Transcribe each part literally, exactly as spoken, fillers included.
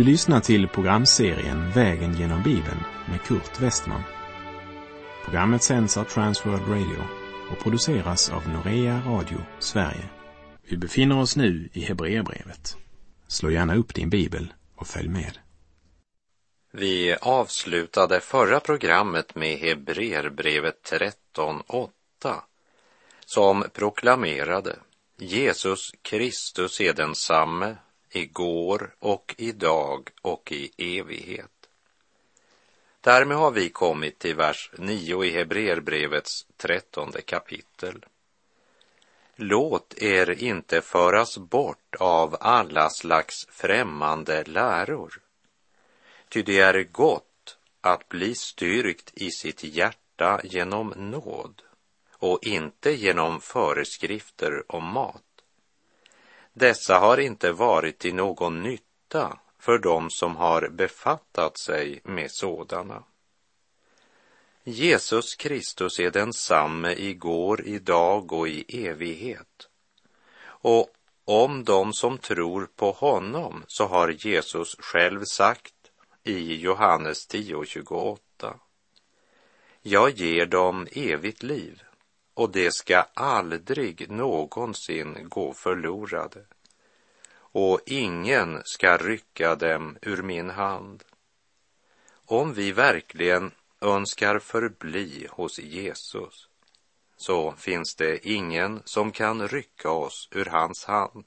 Du lyssnar till programserien Vägen genom Bibeln med Kurt Westman. Programmet sänds av Transworld Radio och produceras av Norea Radio Sverige. Vi befinner oss nu i Hebreerbrevet. Slå gärna upp din bibel och följ med. Vi avslutade förra programmet med Hebreerbrevet tretton åtta som proklamerade: Jesus Kristus är densamme igår och idag och i evighet. Därmed har vi kommit till vers nio i Hebreerbrevets trettonde kapitel. Låt er inte föras bort av alla slags främmande läror. Ty det är gott att bli styrkt i sitt hjärta genom nåd och inte genom föreskrifter om mat. Dessa har inte varit till någon nytta för dem som har befattat sig med sådana. Jesus Kristus är densamme igår, idag och i evighet. Och om de som tror på honom så har Jesus själv sagt i Johannes tio tjugoåtta: jag ger dem evigt liv och det ska aldrig någonsin gå förlorade, och ingen ska rycka dem ur min hand. Om vi verkligen önskar förbli hos Jesus så finns det ingen som kan rycka oss ur hans hand.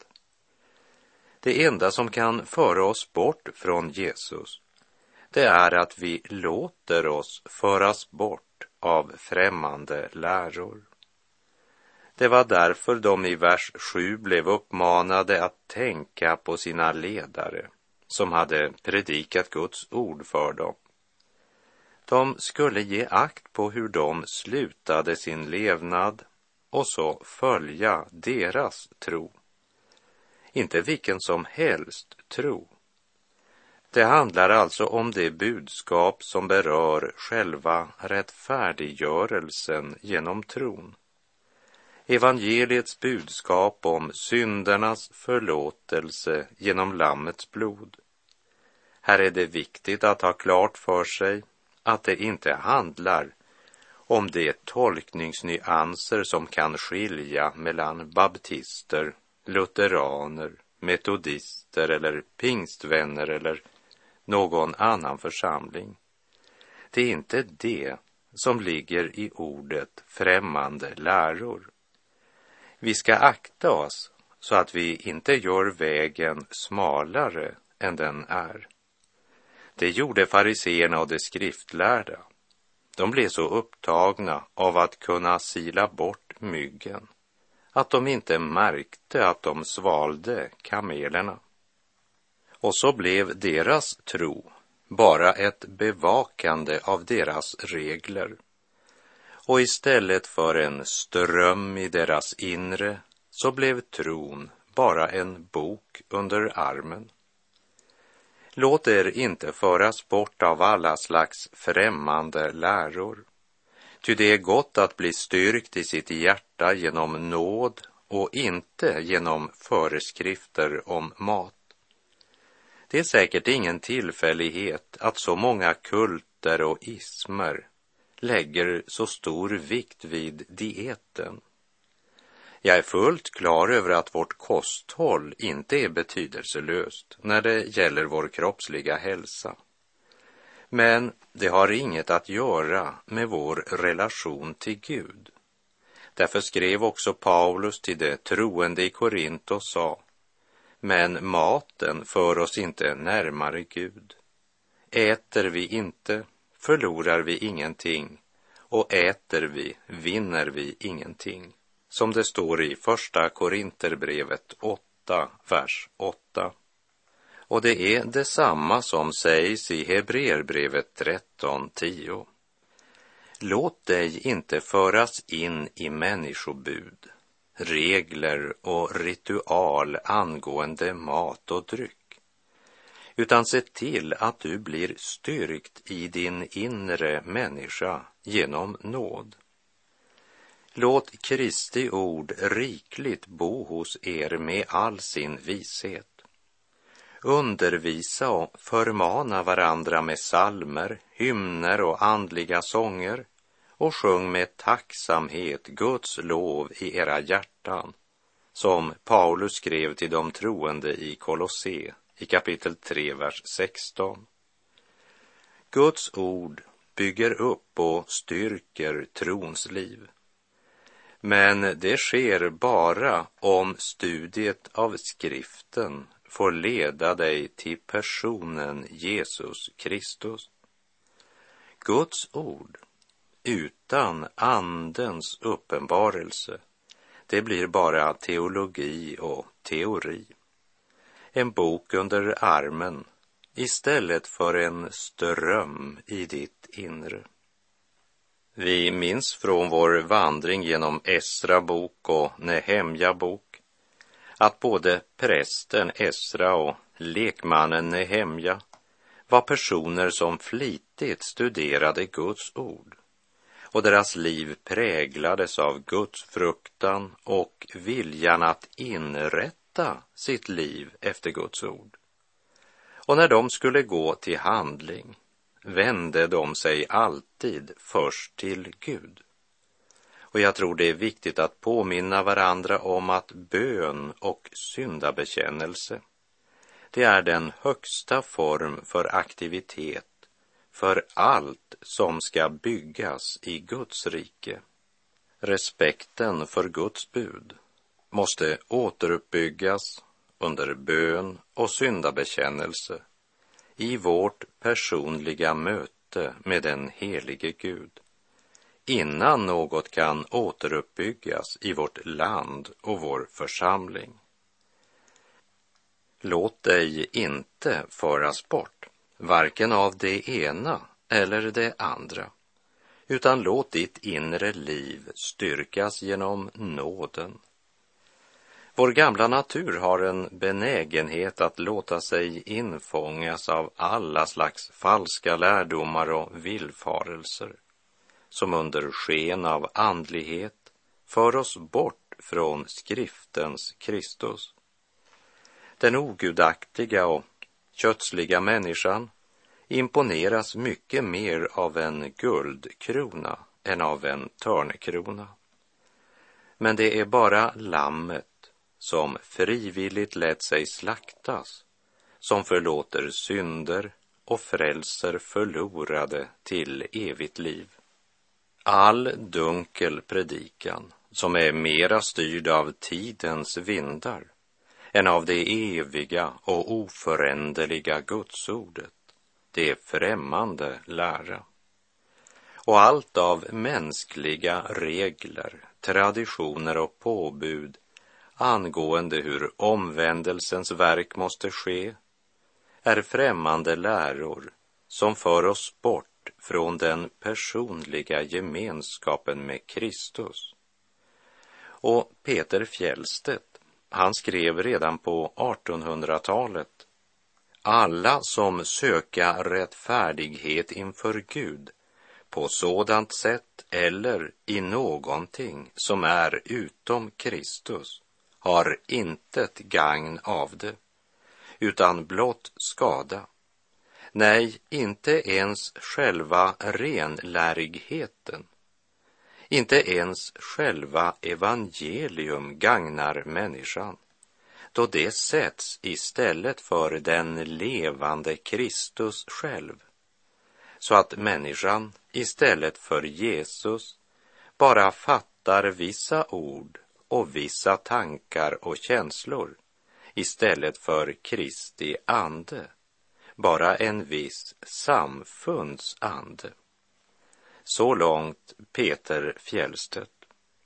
Det enda som kan föra oss bort från Jesus, det är att vi låter oss föras bort av främmande läror. Det var därför de i vers sju blev uppmanade att tänka på sina ledare som hade predikat Guds ord för dem. De skulle ge akt på hur de slutade sin levnad och så följa deras tro. Inte vilken som helst tro. Det handlar alltså om det budskap som berör själva rättfärdiggörelsen genom tron. Evangeliets budskap om syndernas förlåtelse genom Lammets blod. Här är det viktigt att ha klart för sig att det inte handlar om de tolkningsnyanser som kan skilja mellan baptister, lutheraner, metodister eller pingstvänner eller någon annan församling. Det är inte det som ligger i ordet främmande läror. Vi ska akta oss så att vi inte gör vägen smalare än den är. Det gjorde fariseerna och de skriftlärda. De blev så upptagna av att kunna sila bort myggen att de inte märkte att de svalde kamelerna. Och så blev deras tro bara ett bevakande av deras regler. Och istället för en ström i deras inre så blev tron bara en bok under armen. Låt er inte föras bort av alla slags främmande läror. Ty det är gott att bli styrkt i sitt hjärta genom nåd och inte genom föreskrifter om mat. Det är säkert ingen tillfällighet att så många kulter och ismer lägger så stor vikt vid dieten. Jag är fullt klar över att vårt kosthåll inte är betydelselöst när det gäller vår kroppsliga hälsa. Men det har inget att göra med vår relation till Gud. Därför skrev också Paulus till de troende i Korint och sa: men maten för oss inte närmare Gud. Äter vi inte, förlorar vi ingenting, och äter vi, vinner vi ingenting. Som det står i första Korinterbrevet åtta, vers åtta. Och det är detsamma som sägs i Hebreerbrevet tretton tio. Låt dig inte föras in i människobud, regler och ritual angående mat och dryck, utan se till att du blir styrkt i din inre människa genom nåd. Låt Kristi ord rikligt bo hos er med all sin vishet. undervisa och förmana varandra med psalmer, hymner och andliga sånger och sjung med tacksamhet Guds lov i era hjärtan, som Paulus skrev till de troende i Kolosse i kapitel tre, vers sexton. Guds ord bygger upp och styrker trons liv. Men det sker bara om studiet av skriften får leda dig till personen Jesus Kristus. Guds ord utan andens uppenbarelse, det blir bara teologi och teori. En bok under armen istället för en ström i ditt inre. Vi minns från vår vandring genom Esra bok och Nehemja bok att både prästen Esra och lekmannen Nehemja var personer som flitigt studerade Guds ord, och deras liv präglades av Guds fruktan och viljan att inrätta sitt liv efter Guds ord. Och när de skulle gå till handling vände de sig alltid först till Gud. Och jag tror det är viktigt att påminna varandra om att bön och syndabekännelse, det är den högsta form för aktivitet för allt som ska byggas i Guds rike. Respekten för Guds bud måste återuppbyggas under bön och syndabekännelse i vårt personliga möte med den helige Gud, innan något kan återuppbyggas i vårt land och vår församling. Låt dig inte föras bort, varken av det ena eller det andra, utan låt ditt inre liv styrkas genom nåden. Vår gamla natur har en benägenhet att låta sig infångas av alla slags falska lärdomar och villfarelser, som under sken av andlighet för oss bort från skriftens Kristus. Den ogudaktiga och kötsliga människan imponeras mycket mer av en guldkrona än av en törnekrona. Men det är bara lammet som frivilligt lät sig slaktas, som förlåter synder och frälser förlorade till evigt liv. All dunkel predikan, som är mera styrd av tidens vindar än av det eviga och oföränderliga Gudsordet, det är främmande lära. Och allt av mänskliga regler, traditioner och påbud angående hur omvändelsens verk måste ske är främmande läror som för oss bort från den personliga gemenskapen med Kristus. Och Peter Fjellstedt, han skrev redan på artonhundratalet: alla som söka rättfärdighet inför Gud på sådant sätt eller i någonting som är utom Kristus har intet gagn av det, utan blott skada. Nej, inte ens själva renlärigheten, inte ens själva evangelium gagnar människan, då det sätts istället för den levande Kristus själv, så att människan istället för Jesus bara fattar vissa ord och vissa tankar och känslor istället för Kristi ande, bara en viss samfunds ande. Så långt Peter Fjellstedt.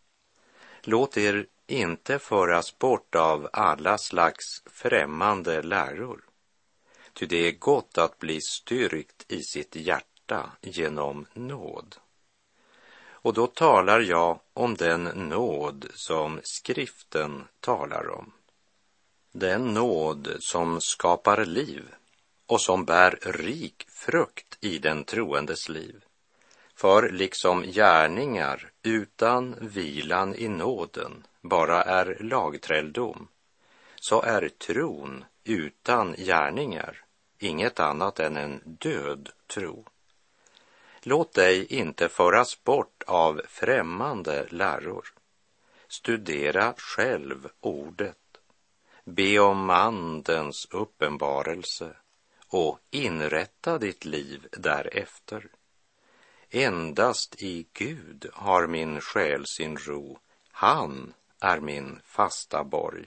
Låt er inte föras bort av alla slags främmande läror, ty det är gott att bli styrkt i sitt hjärta genom nåd. Och då talar jag om den nåd som skriften talar om. Den nåd som skapar liv och som bär rik frukt i den troendes liv. För liksom gärningar utan vilan i nåden bara är lagträlldom, så är tron utan gärningar inget annat än en död tro. Låt dig inte föras bort av främmande läror. Studera själv ordet. Be om andens uppenbarelse och inrätta ditt liv därefter. Endast i Gud har min själ sin ro. Han är min fasta borg.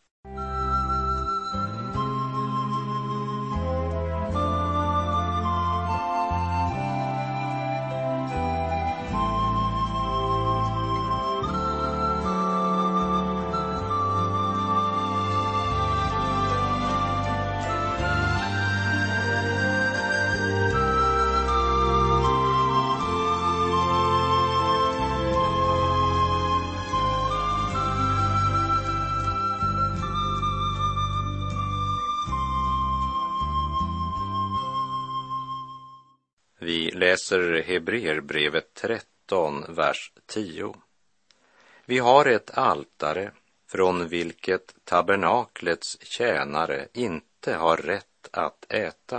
Vi läser Hebreerbrevet tretton, vers tio. Vi har ett altare från vilket tabernaklets tjänare inte har rätt att äta.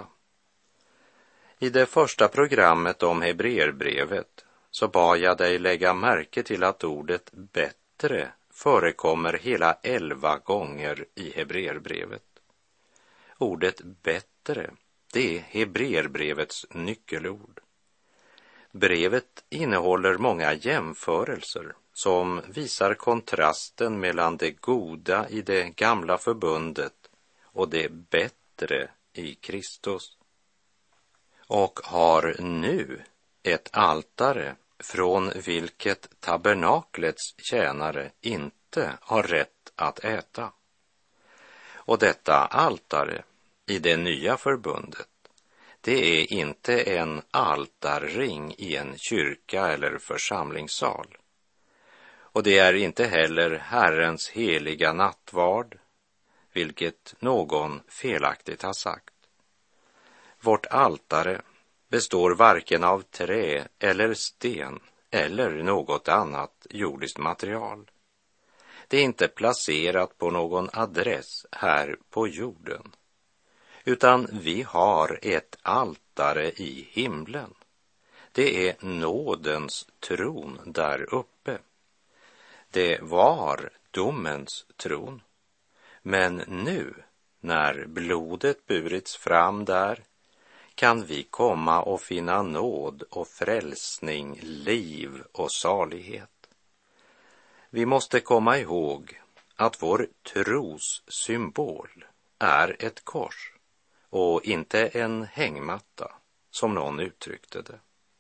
I det första programmet om Hebreerbrevet så bad jag dig lägga märke till att ordet bättre förekommer hela elva gånger i Hebreerbrevet. Ordet bättre, det är Hebreerbrevets nyckelord. Brevet innehåller många jämförelser som visar kontrasten mellan det goda i det gamla förbundet och det bättre i Kristus. Och har nu ett altare från vilket tabernaklets tjänare inte har rätt att äta. Och detta altare i det nya förbundet, det är inte en altarring i en kyrka eller församlingssal. Och det är inte heller Herrens heliga nattvard, vilket någon felaktigt har sagt. Vårt altare består varken av trä eller sten eller något annat jordiskt material. Det är inte placerat på någon adress här på jorden, utan vi har ett altare i himlen. Det är nådens tron där uppe. Det var domens tron. Men nu, när blodet burits fram där, kan vi komma och finna nåd och frälsning, liv och salighet. Vi måste komma ihåg att vår tros symbol är ett kors och inte en hängmatta, som någon uttryckte det.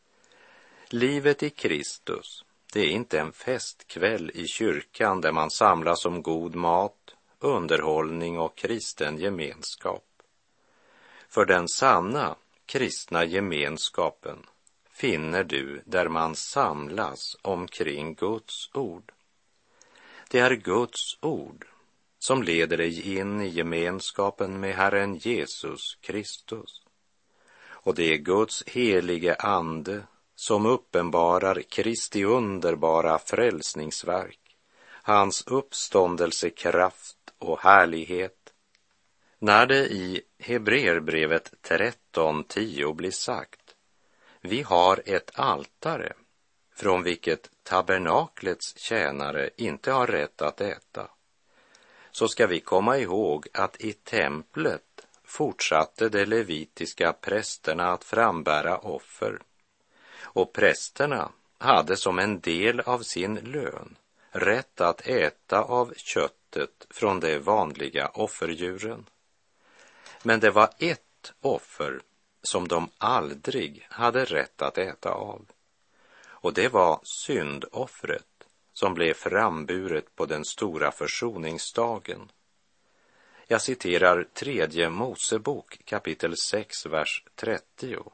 Livet i Kristus, det är inte en festkväll i kyrkan där man samlas om god mat, underhållning och kristen gemenskap. För den sanna kristna gemenskapen finner du där man samlas omkring Guds ord. Det är Guds ord som leder dig in i gemenskapen med Herren Jesus Kristus. Och det är Guds helige ande som uppenbarar Kristi underbara frälsningsverk, hans uppståndelsekraft och härlighet. När det i Hebreerbrevet tretton tio blir sagt: vi har ett altare från vilket tabernaklets tjänare inte har rätt att äta, så ska vi komma ihåg att i templet fortsatte de levitiska prästerna att frambära offer, och prästerna hade som en del av sin lön rätt att äta av köttet från de vanliga offerdjuren. Men det var ett offer som de aldrig hade rätt att äta av, och det var syndoffret som blev framburet på den stora försoningsdagen. Jag citerar tredje Mosebok kapitel sex, vers trettio.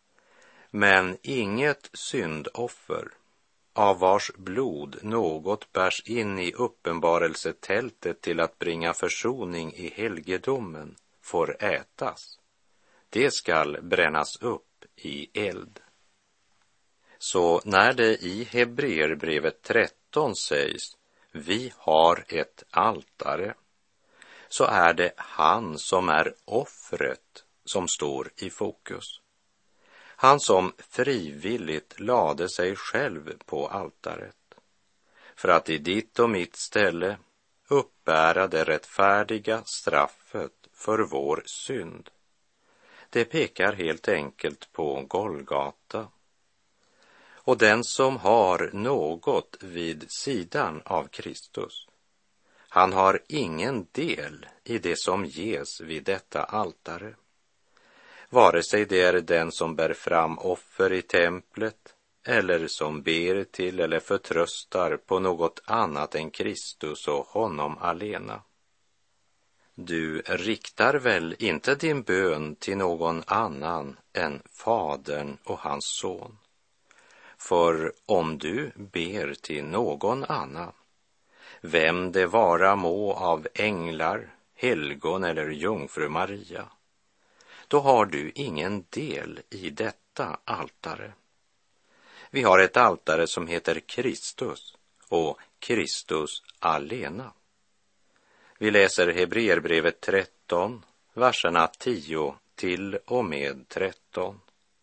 Men inget syndoffer, av vars blod något bärs in i uppenbarelsetältet till att bringa försoning i helgedomen, får ätas. Det skall brännas upp i eld. Så när det i Hebreerbrevet tretton sägs: vi har ett altare så är det han som är offret som står i fokus. Han som frivilligt lade sig själv på altaret för att i ditt och mitt ställe uppbära det rättfärdiga straffet för vår synd. Det pekar helt enkelt på Golgata. Och den som har något vid sidan av Kristus, han har ingen del i det som ges vid detta altare. Vare sig det är den som bär fram offer i templet eller som ber till eller förtröstar på något annat än Kristus och honom alena. Du riktar väl inte din bön till någon annan än Fadern och hans son? För om du ber till någon annan, vem det vara må av änglar, helgon eller jungfru Maria, då har du ingen del i detta altare. Vi har ett altare som heter Kristus och Kristus alena. Vi läser Hebreerbrevet tretton, verserna tio till och med tretton.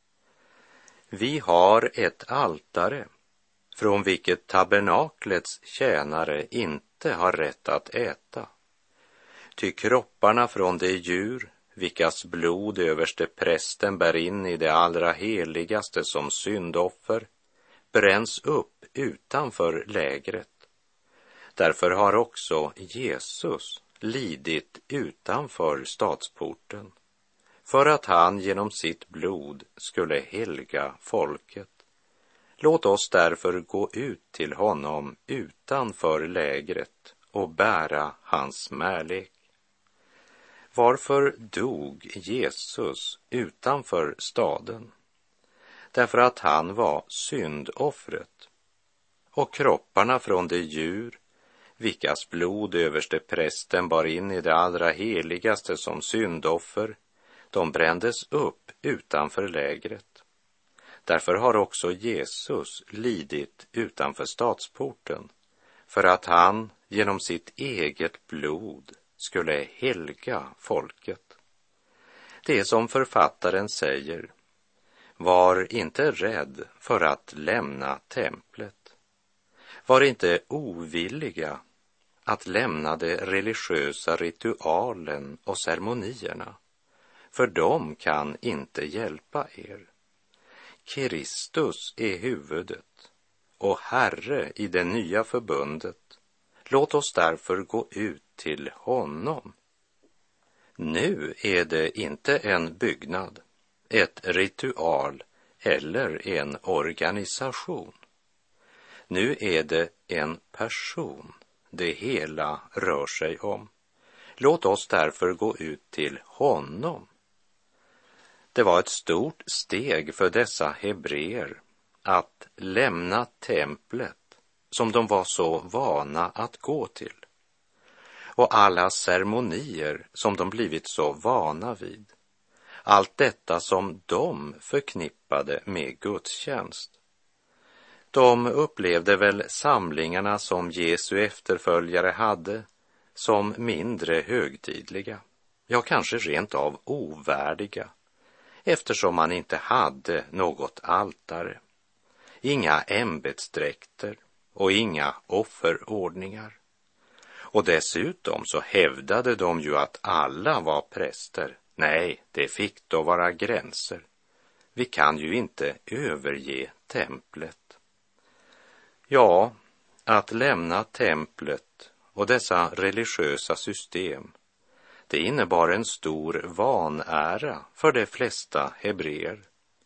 Vi har ett altare från vilket tabernaklets tjänare inte har rätt att äta. Ty kropparna från det djur, vilkas blod överste prästen bär in i det allra heligaste som syndoffer, bränns upp utanför lägret. Därför har också Jesus lidit utanför stadsporten, för att han genom sitt blod skulle helga folket. Låt oss därför gå ut till honom utanför lägret och bära hans smärlek. Varför dog Jesus utanför staden? Därför att han var syndoffret. Och kropparna från det djur, vilkas blod överste prästen bar in i det allra heligaste som syndoffer, de brändes upp utanför lägret. Därför har också Jesus lidit utanför stadsporten, för att han genom sitt eget blod skulle helga folket. Det är som författaren säger: var inte rädd för att lämna templet. Var inte ovilliga att lämna de religiösa ritualen och ceremonierna, för de kan inte hjälpa er. Kristus är huvudet och Herre i det nya förbundet. Låt oss därför gå ut till honom. Nu är det inte en byggnad, ett ritual eller en organisation. Nu är det en person det hela rör sig om. Låt oss därför gå ut till honom. Det var ett stort steg för dessa hebreer att lämna templet som de var så vana att gå till, och alla ceremonier som de blivit så vana vid. Allt detta som de förknippade med gudstjänst. De upplevde väl samlingarna som Jesu efterföljare hade som mindre högtidliga, ja kanske rent av ovärdiga, eftersom man inte hade något altare, inga ämbetsdräkter och inga offerordningar. Och dessutom så hävdade de ju att alla var präster. Nej, det fick då vara gränser. Vi kan ju inte överge templet. Ja, att lämna templet och dessa religiösa system, det innebar en stor vanära för de flesta hebreer.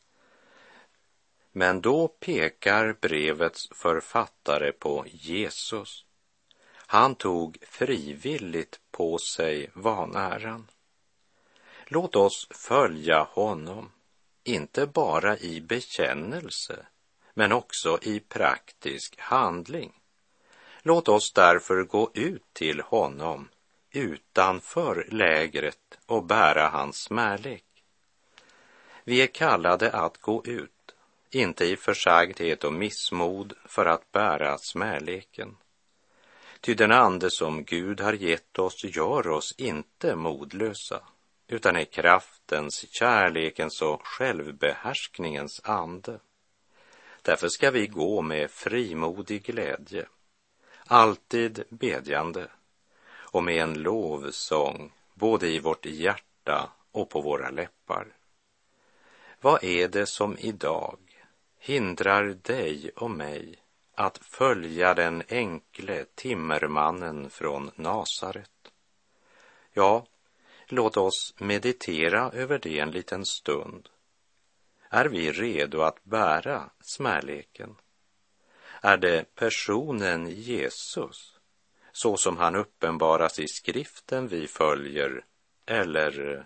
Men då pekar brevets författare på Jesus. Han tog frivilligt på sig vanäran. Låt oss följa honom, inte bara i bekännelse, men också i praktisk handling. Låt oss därför gå ut till honom utanför lägret och bära hans smärlek. Vi är kallade att gå ut, inte i försagdhet och missmod för att bära smärleken. Ty den ande som Gud har gett oss gör oss inte modlösa, utan är kraftens, kärlekens och självbehärskningens ande. Därför ska vi gå med frimodig glädje, alltid bedjande och med en lovsång både i vårt hjärta och på våra läppar. Vad är det som idag hindrar dig och mig att följa den enkle timmermannen från Nasaret? Ja, låt oss meditera över det en liten stund. Är vi redo att bära smärleken? Är det personen Jesus, så som han uppenbaras i skriften, vi följer, eller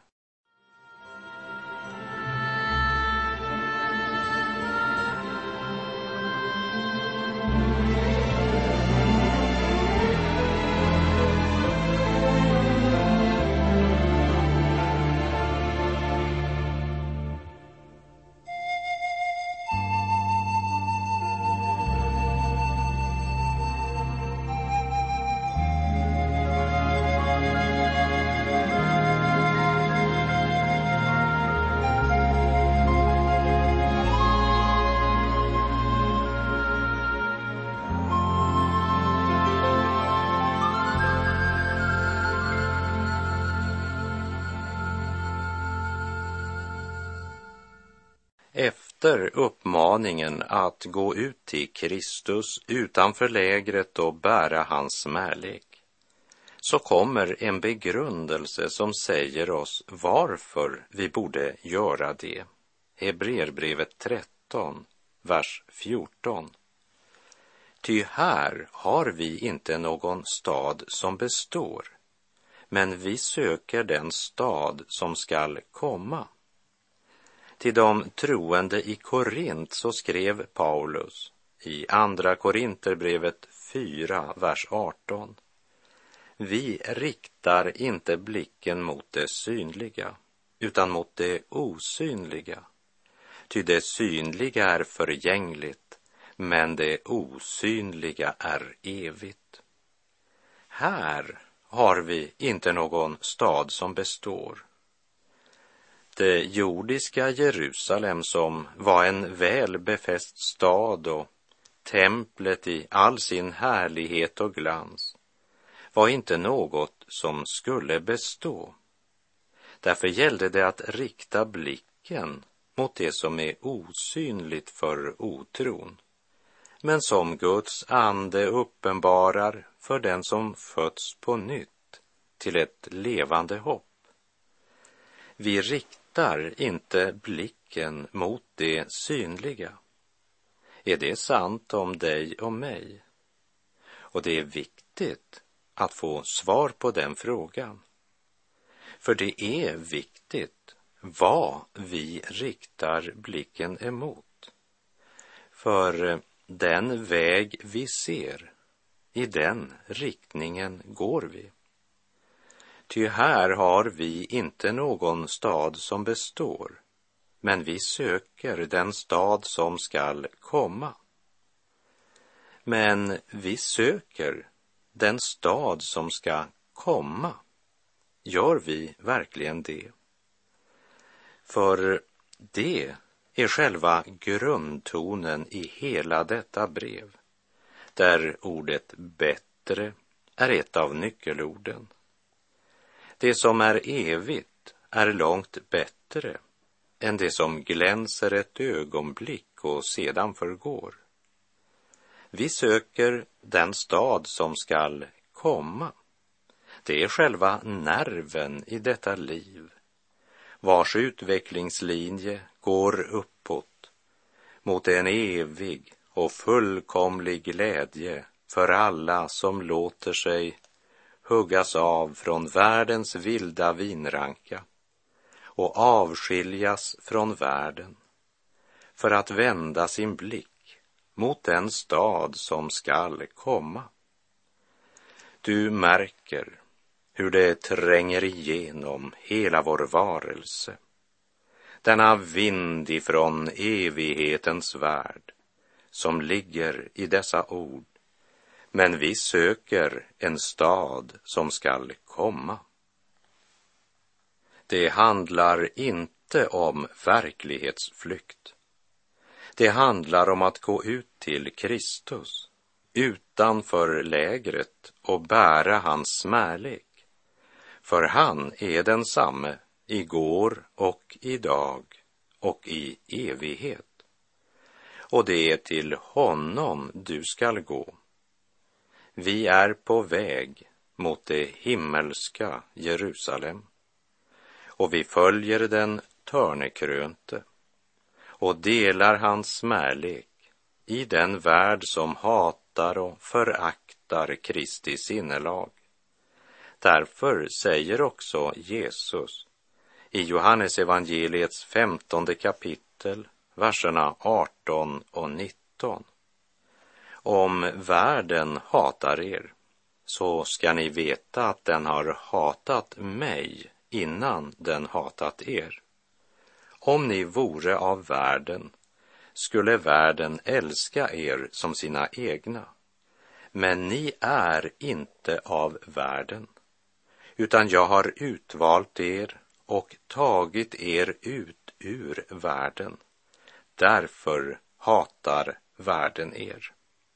efter uppmaningen att gå ut till Kristus utanför lägret och bära hans smärlek, så kommer en begrundelse som säger oss varför vi borde göra det. Hebreerbrevet tretton, vers fjorton. Ty här har vi inte någon stad som består, men vi söker den stad som skall komma. Till de troende i Korint så skrev Paulus i andra Korinterbrevet fyra, vers arton. Vi riktar inte blicken mot det synliga, utan mot det osynliga. Ty det synliga är förgängligt, men det osynliga är evigt. Här har vi inte någon stad som består. Det jordiska Jerusalem, som var en väl befäst stad och templet i all sin härlighet och glans, var inte något som skulle bestå. Därför gällde det att rikta blicken mot det som är osynligt för otron, men som Guds ande uppenbarar för den som fötts på nytt till ett levande hopp. Vi riktar inte blicken mot det synliga. Är det sant om dig och mig? Och det är viktigt att få svar på den frågan. För det är viktigt vad vi riktar blicken emot. För den väg vi ser, i den riktningen går vi. Ty här har vi inte någon stad som består, men vi söker den stad som skall komma. Men vi söker den stad som ska komma. Gör vi verkligen det? För det är själva grundtonen i hela detta brev, där ordet bättre är ett av nyckelorden. Det som är evigt är långt bättre än det som glänser ett ögonblick och sedan förgår. Vi söker den stad som skall komma. Det är själva nerven i detta liv, vars utvecklingslinje går uppåt mot en evig och fullkomlig glädje för alla som låter sig huggas av från världens vilda vinranka och avskiljas från världen för att vända sin blick mot den stad som skall komma. Du märker hur det tränger igenom hela vår varelse. Denna vind ifrån evighetens värld som ligger i dessa ord men vi söker en stad som skall komma. Det handlar inte om verklighetsflykt. Det handlar om att gå ut till Kristus, utanför lägret, och bära hans smärlek. För han är densamme igår och idag och i evighet. Och det är till honom du skall gå. Vi är på väg mot det himmelska Jerusalem. Och vi följer den törnekrönte och delar hans smärlek i den värld som hatar och föraktar Kristi sinnelag. Därför säger också Jesus i Johannes evangeliets femtonde kapitel, verserna arton och nitton. Om världen hatar er, så ska ni veta att den har hatat mig innan den hatat er. Om ni vore av världen, skulle världen älska er som sina egna. Men ni är inte av världen, utan jag har utvalt er och tagit er ut ur världen. Därför hatar världen er.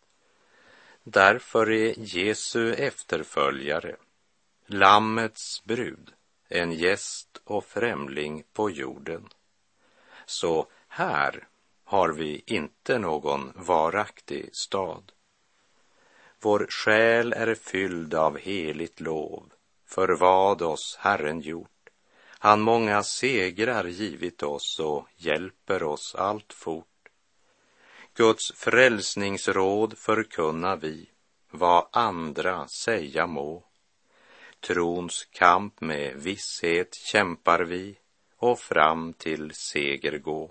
Därför är Jesu efterföljare, Lammets brud, en gäst och främling på jorden. Så här har vi inte någon varaktig stad. Vår själ är fylld av heligt lov, för vad oss Herren gjort. Han många segrar givit oss och hjälper oss allt fort. Guds frälsningsråd förkunnar vi, vad andra säga må. Trons kamp med visshet kämpar vi och fram till seger gå.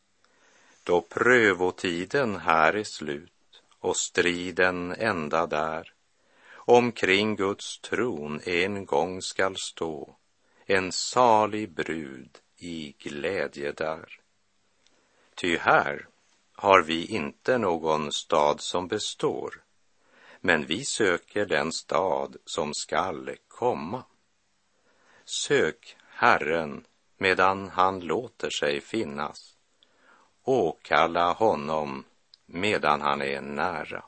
Då prövotiden här är slut och striden ända där, omkring Guds tron en gång skall stå en salig brud i glädje där. Ty här har vi inte någon stad som består, men vi söker den stad som skall komma. Sök Herren medan han låter sig finnas, åkalla honom medan han är nära.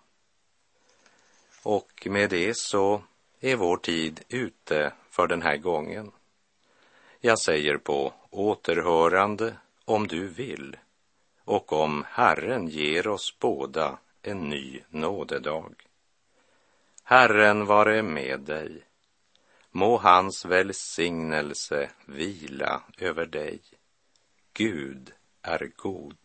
Och med det så är vår tid ute för den här gången. Jag säger på återhörande om du vill, och om Herren ger oss båda en ny nådedag. Herren vare med dig. Må hans välsignelse vila över dig. Gud är god.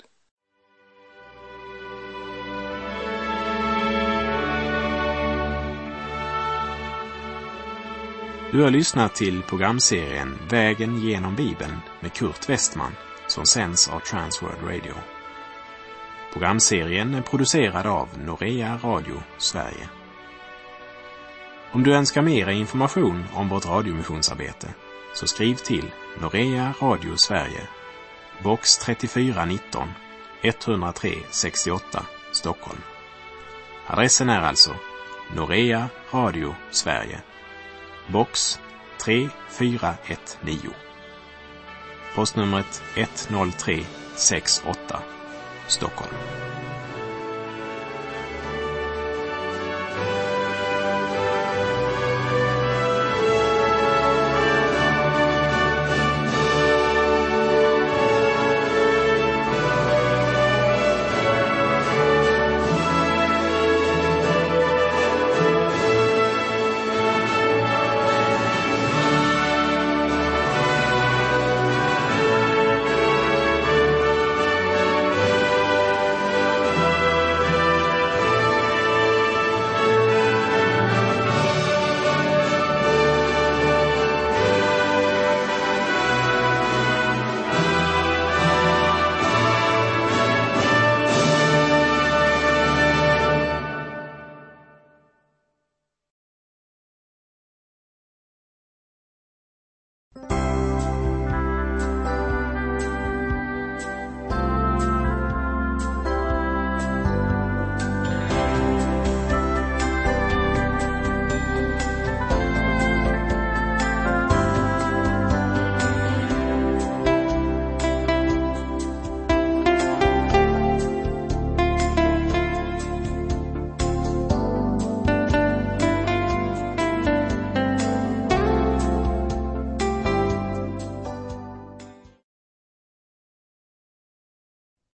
Du har lyssnat till programserien Vägen genom Bibeln med Kurt Westman, som sänds av Transworld Radio. Programserien är producerad av Norea Radio Sverige. Om du önskar mer information om vårt radiomissionsarbete, så skriv till Norea Radio Sverige, box trettiofyra nitton, etthundratre sextioåtta, Stockholm. Adressen är alltså Norea Radio Sverige, box tre fyra ett nio. Postnumret ett noll tre sex åtta, Stockholm.